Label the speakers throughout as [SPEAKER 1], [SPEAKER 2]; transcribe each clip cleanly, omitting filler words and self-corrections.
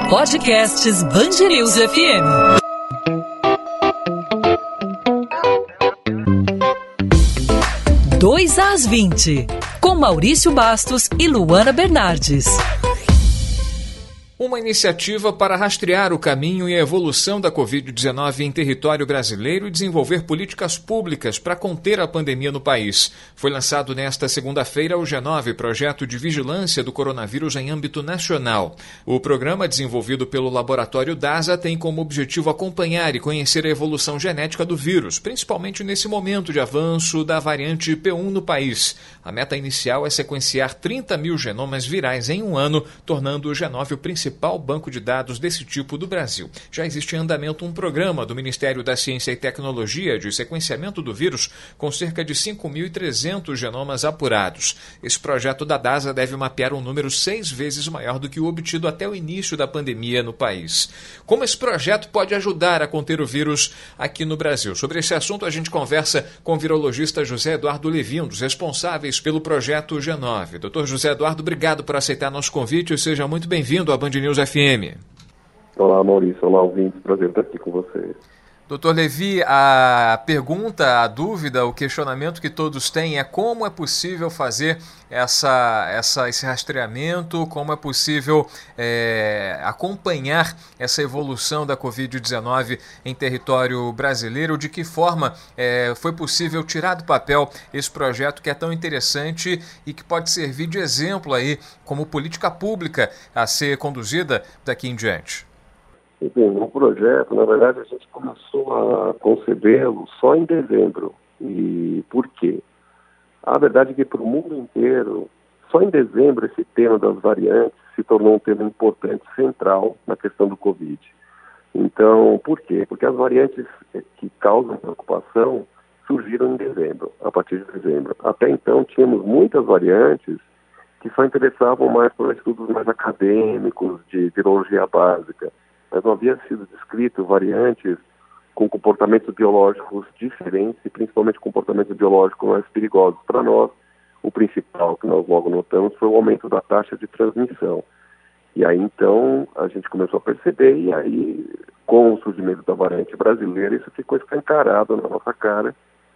[SPEAKER 1] Podcasts BandNews FM. Dois às 20, com Maurício Bastos e Luana Bernardes.
[SPEAKER 2] Uma iniciativa para rastrear o caminho e a evolução da Covid-19 em território brasileiro e desenvolver políticas públicas para conter a pandemia no país. Foi lançado nesta segunda-feira o G9, Projeto de Vigilância do Coronavírus em âmbito nacional. O programa, desenvolvido pelo laboratório DASA, tem como objetivo acompanhar e conhecer a evolução genética do vírus, principalmente nesse momento de avanço da variante P1 no país. A meta inicial é sequenciar 30 mil genomas virais em um ano, tornando o G9 o principal banco de dados desse tipo do Brasil. Já existe em andamento um programa do Ministério da Ciência e Tecnologia de sequenciamento do vírus com cerca de 5.300 genomas apurados. Esse projeto da DASA deve mapear um número 6 vezes maior do que o obtido até o início da pandemia no país. Como esse projeto pode ajudar a conter o vírus aqui no Brasil? Sobre esse assunto a gente conversa com o virologista José Eduardo Levy, um dos responsáveis pelo projeto G9. Doutor José Eduardo, obrigado por aceitar nosso convite e seja muito bem-vindo à BandNews FM.
[SPEAKER 3] Olá, Maurício. Olá, ouvintes. Prazer estar aqui com vocês.
[SPEAKER 2] Doutor Levy, a pergunta, a dúvida, o questionamento que todos têm é como é possível fazer esse rastreamento, como é possível acompanhar essa evolução da Covid-19 em território brasileiro, de que forma foi possível tirar do papel esse projeto que é tão interessante e que pode servir de exemplo aí como política pública a ser conduzida daqui em diante.
[SPEAKER 3] Bem, o projeto, na verdade, a gente começou a concebê-lo só em dezembro. E por quê? A verdade é que para o mundo inteiro, só em dezembro esse tema das variantes se tornou um tema importante, central na questão do Covid. Então, por quê? Porque as variantes que causam preocupação surgiram em dezembro, a partir de dezembro. Até então, tínhamos muitas variantes que só interessavam mais por estudos mais acadêmicos, de virologia básica. Mas não havia sido descrito variantes com comportamentos biológicos diferentes e principalmente comportamentos biológicos mais perigosos. Para nós, o principal que nós logo notamos foi o aumento da taxa de transmissão. E aí, então, a gente começou a perceber, e aí, com o surgimento da variante brasileira, isso ficou escancarado na nossa cara,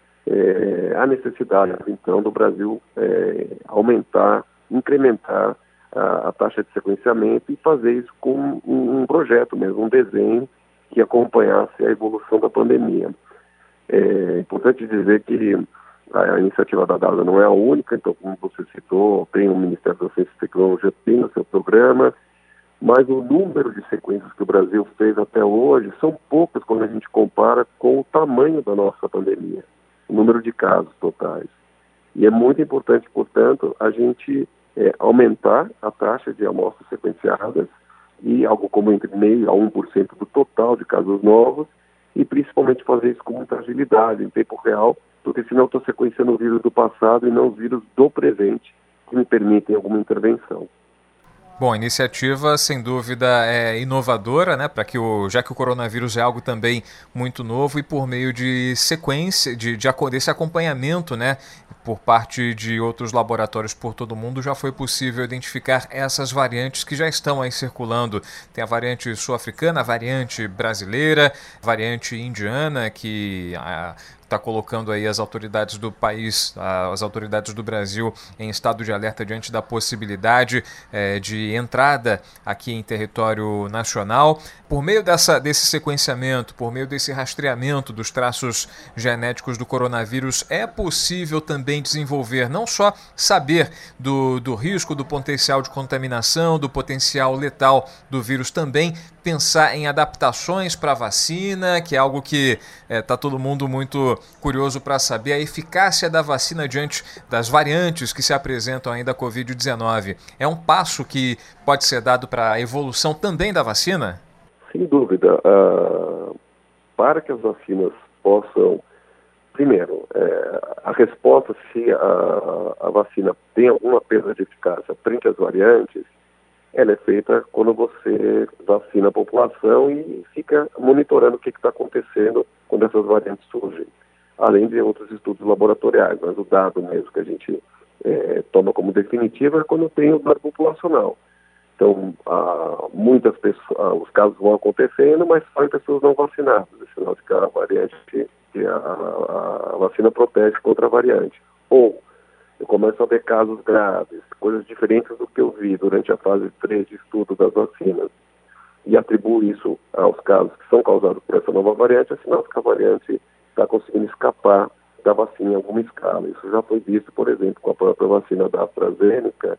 [SPEAKER 3] a necessidade, então, do Brasil aumentar, incrementar a taxa de sequenciamento e fazer isso com um projeto mesmo, um desenho que acompanhasse a evolução da pandemia. É importante dizer que a iniciativa da DASA não é a única, então, como você citou, tem o Ministério da Ciência e Tecnologia, tem o seu programa, mas o número de sequências que o Brasil fez até hoje são poucas quando a gente compara com o tamanho da nossa pandemia, o número de casos totais. E é muito importante, portanto, a gente aumentar a taxa de amostras sequenciadas e algo como entre 0,5% a 1% do total de casos novos e principalmente fazer isso com muita agilidade, em tempo real, porque senão eu estou sequenciando o vírus do passado e não os vírus do presente que me permitem alguma intervenção.
[SPEAKER 2] Bom, a iniciativa, sem dúvida, é inovadora, né? Já que o coronavírus é algo também muito novo e por meio de sequência, desse acompanhamento, né? Por parte de outros laboratórios por todo o mundo, já foi possível identificar essas variantes que já estão aí circulando. Tem a variante sul-africana, a variante brasileira, a variante indiana, que está colocando aí as autoridades do país, as autoridades do Brasil em estado de alerta diante da possibilidade de entrada aqui em território nacional. Por meio desse sequenciamento, por meio desse rastreamento dos traços genéticos do coronavírus, é possível também desenvolver, não só saber do risco, do potencial de contaminação, do potencial letal do vírus, também pensar em adaptações para a vacina, que é algo que está todo mundo muito curioso para saber, a eficácia da vacina diante das variantes que se apresentam ainda da Covid-19. É um passo que pode ser dado para a evolução também da vacina?
[SPEAKER 3] Sem dúvida. Para que as vacinas possam, primeiro, a resposta se a vacina tem alguma perda de eficácia frente às variantes, ela é feita quando você vacina a população e fica monitorando o que está acontecendo quando essas variantes surgem, além de outros estudos laboratoriais, mas o dado mesmo que a gente toma como definitivo é quando tem o dado populacional. Então, muitas pessoas, os casos vão acontecendo, mas só em pessoas não vacinadas, sinal de que a variante, que a vacina protege contra a variante. Ou eu começo a ver casos graves, coisas diferentes do que eu vi durante a fase 3 de estudo das vacinas, e atribuo isso aos casos que são causados por essa nova variante, é sinal de que a variante está conseguindo escapar da vacina em alguma escala. Isso já foi visto, por exemplo, com a própria vacina da AstraZeneca,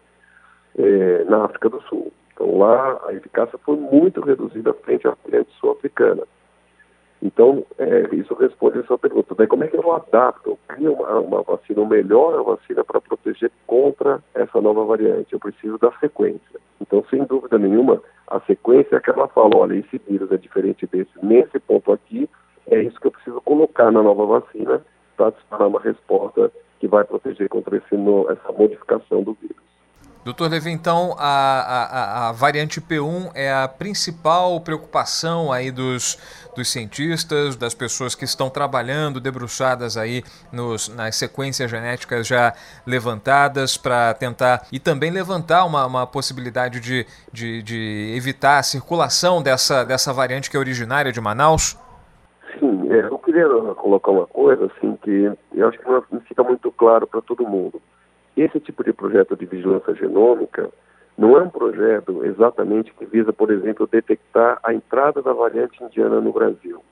[SPEAKER 3] na África do Sul. Então lá a eficácia foi muito reduzida frente à variante sul-africana. Então isso responde a sua pergunta. Daí como é que eu adapto, eu crio uma vacina, melhor vacina para proteger contra essa nova variante? Eu preciso da sequência. Então, sem dúvida nenhuma, a sequência é que ela fala, olha, esse vírus é diferente desse, nesse ponto aqui, é isso que eu preciso colocar na nova vacina para disparar uma resposta que vai proteger contra essa modificação do vírus.
[SPEAKER 2] Doutor Levi, então a variante P1 é a principal preocupação aí dos cientistas, das pessoas que estão trabalhando, debruçadas aí nas sequências genéticas já levantadas para tentar, e também levantar uma possibilidade de evitar a circulação dessa variante que é originária de Manaus?
[SPEAKER 3] Sim, eu queria colocar uma coisa assim que eu acho que não fica muito claro para todo mundo. Esse tipo de projeto de vigilância genômica não é um projeto exatamente que visa, por exemplo, detectar a entrada da variante indiana no Brasil.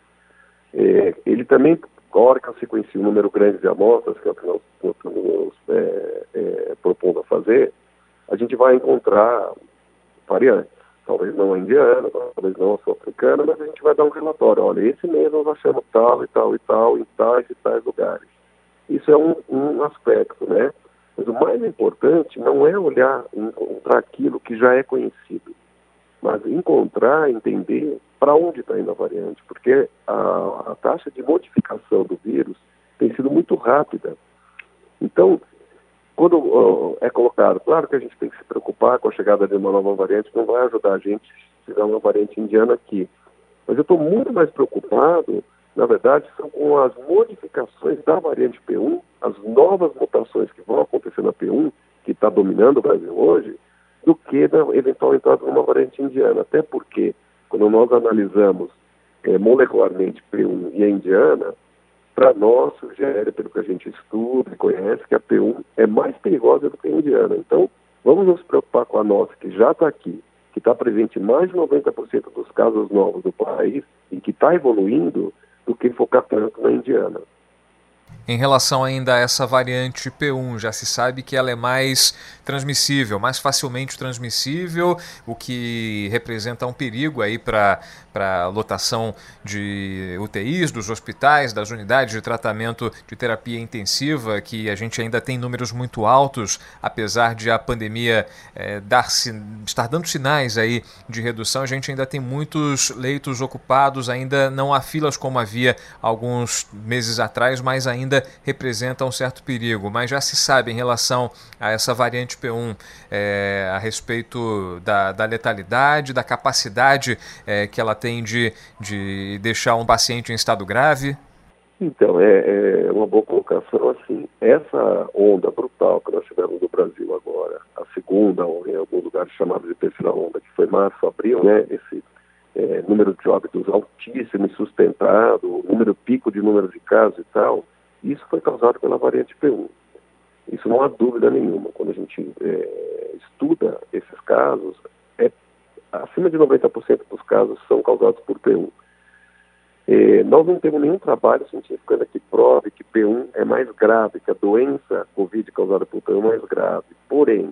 [SPEAKER 3] Ele também, a hora que eu sequencio um número grande de amostras, que é o que nós estamos propondo a fazer, a gente vai encontrar variantes. Talvez não a indiana, talvez não a sul-africana, mas a gente vai dar um relatório. Olha, esse mês nós achamos tal e tal e tal, em tais e tais lugares. Isso é um aspecto, né? Mas o mais importante não é olhar, encontrar aquilo que já é conhecido, mas encontrar, entender para onde está indo a variante, porque a taxa de modificação do vírus tem sido muito rápida. Então, quando é colocado, claro que a gente tem que se preocupar com a chegada de uma nova variante, não vai ajudar a gente se tiver uma variante indiana aqui. Mas eu estou muito mais preocupado, na verdade, são com as modificações da variante P1, as novas mutações que vão acontecer na P1, que está dominando o Brasil hoje, do que na eventual entrada de uma variante indiana. Até porque, quando nós analisamos molecularmente P1 e a indiana, para nós sugere, pelo que a gente estuda e conhece, que a P1 é mais perigosa do que a indiana. Então, vamos nos preocupar com a nossa, que já está aqui, que está presente em mais de 90% dos casos novos do país e que está evoluindo, do que focar tanto na indiana.
[SPEAKER 2] Em relação ainda a essa variante P1, já se sabe que ela é mais transmissível, mais facilmente transmissível, o que representa um perigo aí para a lotação de UTIs, dos hospitais, das unidades de tratamento de terapia intensiva, que a gente ainda tem números muito altos, apesar de a pandemia estar dando sinais aí de redução, a gente ainda tem muitos leitos ocupados, ainda não há filas como havia alguns meses atrás, mas ainda representa um certo perigo. Mas já se sabe em relação a essa variante P1 a respeito da letalidade, da capacidade que ela tem de deixar um paciente em estado grave?
[SPEAKER 3] Então, é uma boa colocação. Assim, essa onda brutal que nós tivemos no Brasil agora, a segunda, ou em alguns lugares chamados de terceira onda, que foi março, abril, né, esse número de óbitos altíssimo e sustentado, pico de número de casos e tal, isso foi causado pela variante P1. Isso não há dúvida nenhuma. Quando a gente estuda esses casos, acima de 90% dos casos são causados por P1. Nós não temos nenhum trabalho científico ainda que prove que P1 é mais grave, que a doença Covid causada por P1 é mais grave. Porém,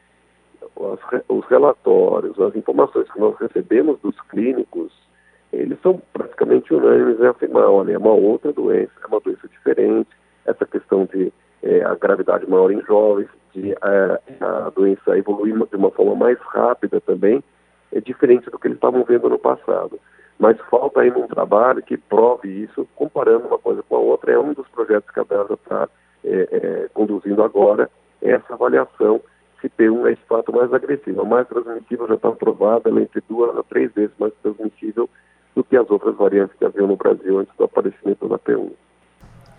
[SPEAKER 3] os relatórios, as informações que nós recebemos dos clínicos, eles são praticamente unânimes em afirmar, olha, é uma outra doença, é uma doença diferente, essa questão de a gravidade maior em jovens, de a doença evoluir de uma forma mais rápida também, é diferente do que eles estavam vendo no passado. Mas falta ainda um trabalho que prove isso, comparando uma coisa com a outra. É um dos projetos que a BESA está conduzindo agora, essa avaliação se P1 é de fato mais agressiva. A mais transmissível já está aprovada, ela é entre 2 a 3 vezes mais transmissível do que as outras variantes que haviam no Brasil antes do aparecimento da P1.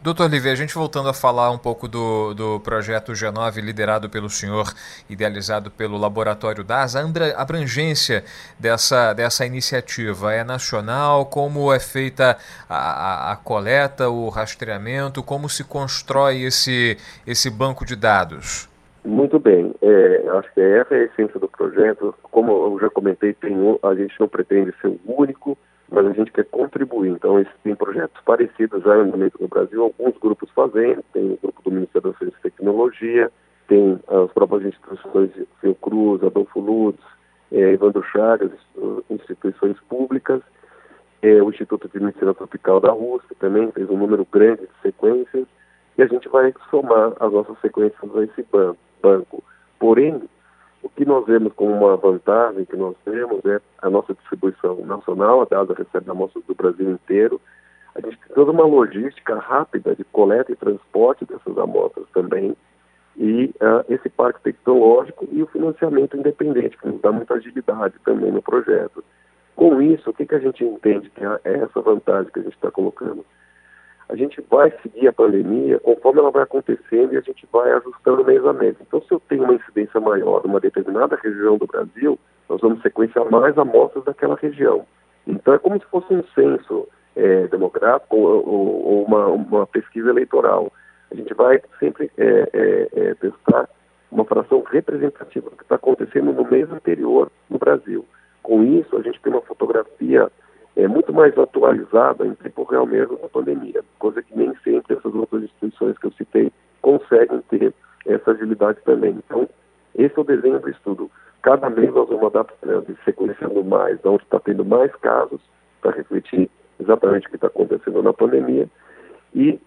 [SPEAKER 2] Doutor Levi, a gente voltando a falar um pouco do projeto G9, liderado pelo senhor, idealizado pelo Laboratório DASA, a abrangência dessa iniciativa é nacional? Como é feita a coleta, o rastreamento, como se constrói esse banco de dados?
[SPEAKER 3] Muito bem, acho que essa é a essência do projeto. Como eu já comentei, a gente não pretende ser o único, mas a gente quer contribuir. Então, tem projetos parecidos já no Brasil, alguns grupos fazendo, tem o grupo do Ministério da Ciência e Tecnologia, tem as próprias instituições Fiocruz, Adolfo Lutz, Evandro Chagas, instituições públicas, o Instituto de Medicina Tropical da Rússia também fez um número grande de sequências, e a gente vai somar as nossas sequências a esse banco. Porém, o que nós vemos como uma vantagem que nós temos é a nossa distribuição nacional, a DASA recebe amostras do Brasil inteiro. A gente tem toda uma logística rápida de coleta e transporte dessas amostras também, e esse parque tecnológico e o financiamento independente, que nos dá muita agilidade também no projeto. Com isso, o que a gente entende que é essa vantagem que a gente está colocando? A gente vai seguir a pandemia conforme ela vai acontecendo e a gente vai ajustando mês a mês. Então, se eu tenho uma incidência maior numa determinada região do Brasil, nós vamos sequenciar mais amostras daquela região. Então, é como se fosse um censo demográfico ou uma pesquisa eleitoral. A gente vai sempre testar uma fração representativa do que está acontecendo no mês anterior no Brasil. Com isso, a gente tem uma fotografia muito mais atualizada em tempo real mesmo da pandemia, coisa que nem sempre essas outras instituições que eu citei conseguem ter essa agilidade também. Então, esse é o desenho do estudo. Cada mês nós vamos adaptando e sequenciando mais, onde está tendo mais casos, para refletir exatamente o que está acontecendo na pandemia e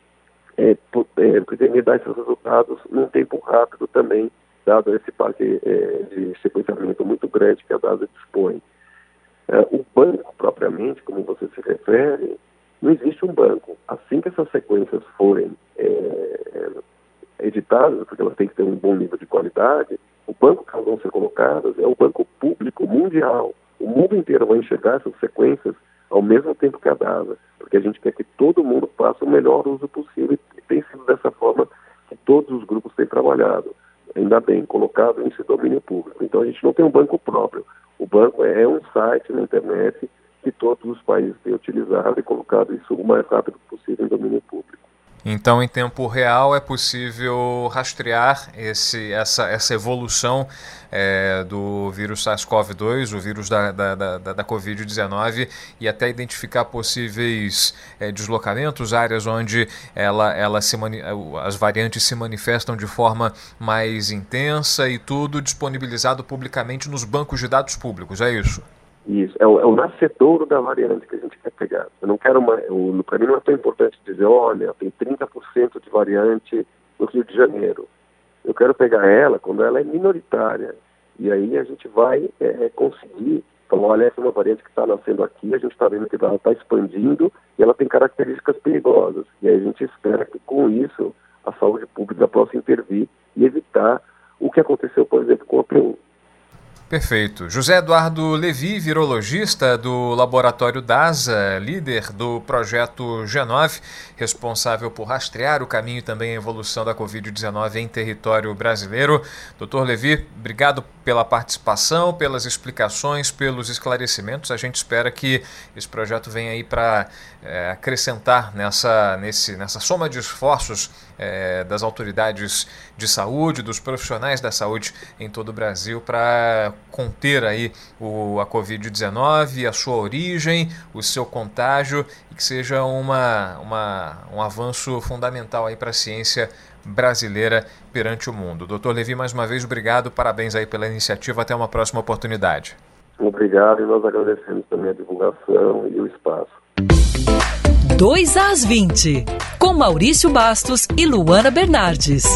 [SPEAKER 3] pretender dar esses resultados num tempo rápido também, dado esse parque de sequenciamento muito grande que a DASA dispõe. O banco, propriamente, como você se refere, não existe um banco. Assim que essas sequências forem editadas, porque elas têm que ter um bom nível de qualidade, o banco que elas vão ser colocadas é o banco público mundial. O mundo inteiro vai enxergar essas sequências ao mesmo tempo que a DASA, porque a gente quer que todo mundo faça o melhor uso possível, e tem sido dessa forma que todos os grupos têm trabalhado, ainda bem, colocado nesse domínio público. Então a gente não tem um banco próprio. O banco é um site na internet que todos os países têm utilizado e colocado isso o mais rápido possível em domínio público.
[SPEAKER 2] Então, em tempo real, é possível rastrear essa evolução do vírus SARS-CoV-2, o vírus da Covid-19, e até identificar possíveis deslocamentos, áreas onde as variantes se manifestam de forma mais intensa, e tudo disponibilizado publicamente nos bancos de dados públicos, é isso?
[SPEAKER 3] Isso, é o nascedouro da variante que a gente quer pegar. Eu não quero para mim não é tão importante dizer, olha, tem 30% de variante no Rio de Janeiro. Eu quero pegar ela quando ela é minoritária. E aí a gente vai conseguir falar, olha, essa é uma variante que está nascendo aqui, a gente está vendo que ela está expandindo e ela tem características perigosas. E aí a gente espera que com isso a saúde pública possa intervir e evitar o que aconteceu, por exemplo, com a P1.
[SPEAKER 2] Perfeito. José Eduardo Levi, virologista do Laboratório DASA, líder do projeto G9, responsável por rastrear o caminho e também a evolução da Covid-19 em território brasileiro. Doutor Levi, obrigado pela participação, pelas explicações, pelos esclarecimentos. A gente espera que esse projeto venha aí para acrescentar nessa soma de esforços das autoridades de saúde, dos profissionais da saúde em todo o Brasil, para conter aí a Covid-19, a sua origem, o seu contágio, e que seja um avanço fundamental aí para a ciência brasileira perante o mundo. Doutor Levi, mais uma vez, obrigado, parabéns aí pela iniciativa, até uma próxima oportunidade.
[SPEAKER 3] Obrigado, e nós agradecemos também a divulgação e o espaço.
[SPEAKER 1] 2 às 20, com Maurício Bastos e Luana Bernardes.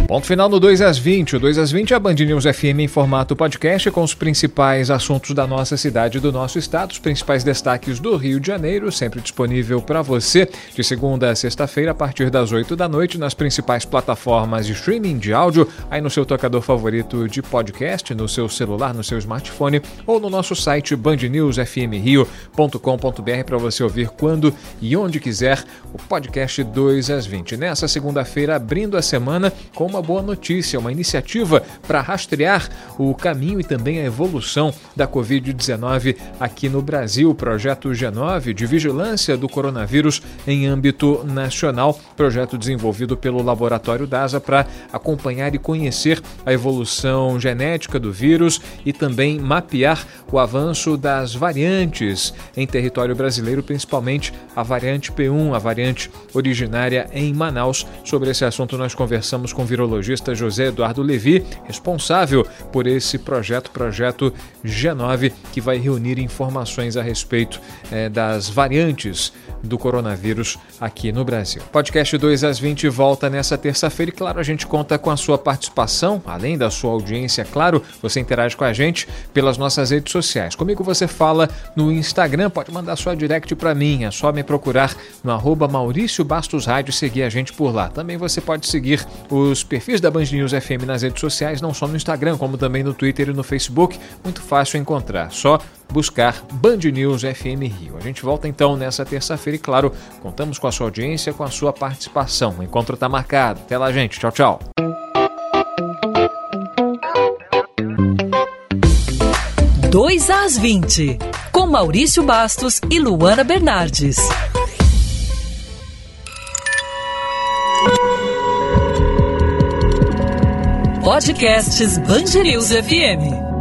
[SPEAKER 2] Ponto final no 2 às 20. O 2 às 20 é a Band News FM em formato podcast com os principais assuntos da nossa cidade e do nosso estado, os principais destaques do Rio de Janeiro, sempre disponível para você de segunda a sexta-feira a partir das 8 da noite nas principais plataformas de streaming de áudio, aí no seu tocador favorito de podcast, no seu celular, no seu smartphone ou no nosso site bandnewsfmrio.com.br para você ouvir quando e onde quiser o podcast 2 às 20. Nessa segunda-feira, abrindo a semana com uma boa notícia, uma iniciativa para rastrear o caminho e também a evolução da Covid-19 aqui no Brasil. O projeto G9 de vigilância do coronavírus em âmbito nacional, projeto desenvolvido pelo Laboratório DASA para acompanhar e conhecer a evolução genética do vírus e também mapear o avanço das variantes em território brasileiro, principalmente a variante P1, a variante originária em Manaus. Sobre esse assunto nós conversamos com o virologista José Eduardo Levi, responsável por esse projeto G9, que vai reunir informações a respeito das variantes do coronavírus aqui no Brasil. Podcast 2 às 20 volta nessa terça-feira e, claro, a gente conta com a sua participação, além da sua audiência, claro, você interage com a gente pelas nossas redes sociais. Comigo você fala no Instagram, pode mandar sua direct para mim, é só me procurar no @MauricioBastosRádio e seguir a gente por lá. Também você pode seguir os perfis da Band News FM nas redes sociais, não só no Instagram, como também no Twitter e no Facebook. Muito fácil encontrar, só buscar Band News FM Rio. A gente volta então nessa terça-feira e, claro, contamos com a sua audiência, com a sua participação. O encontro está marcado. Até lá, gente. Tchau, tchau.
[SPEAKER 1] 2 às 20, com Maurício Bastos e Luana Bernardes. Podcasts Band News FM.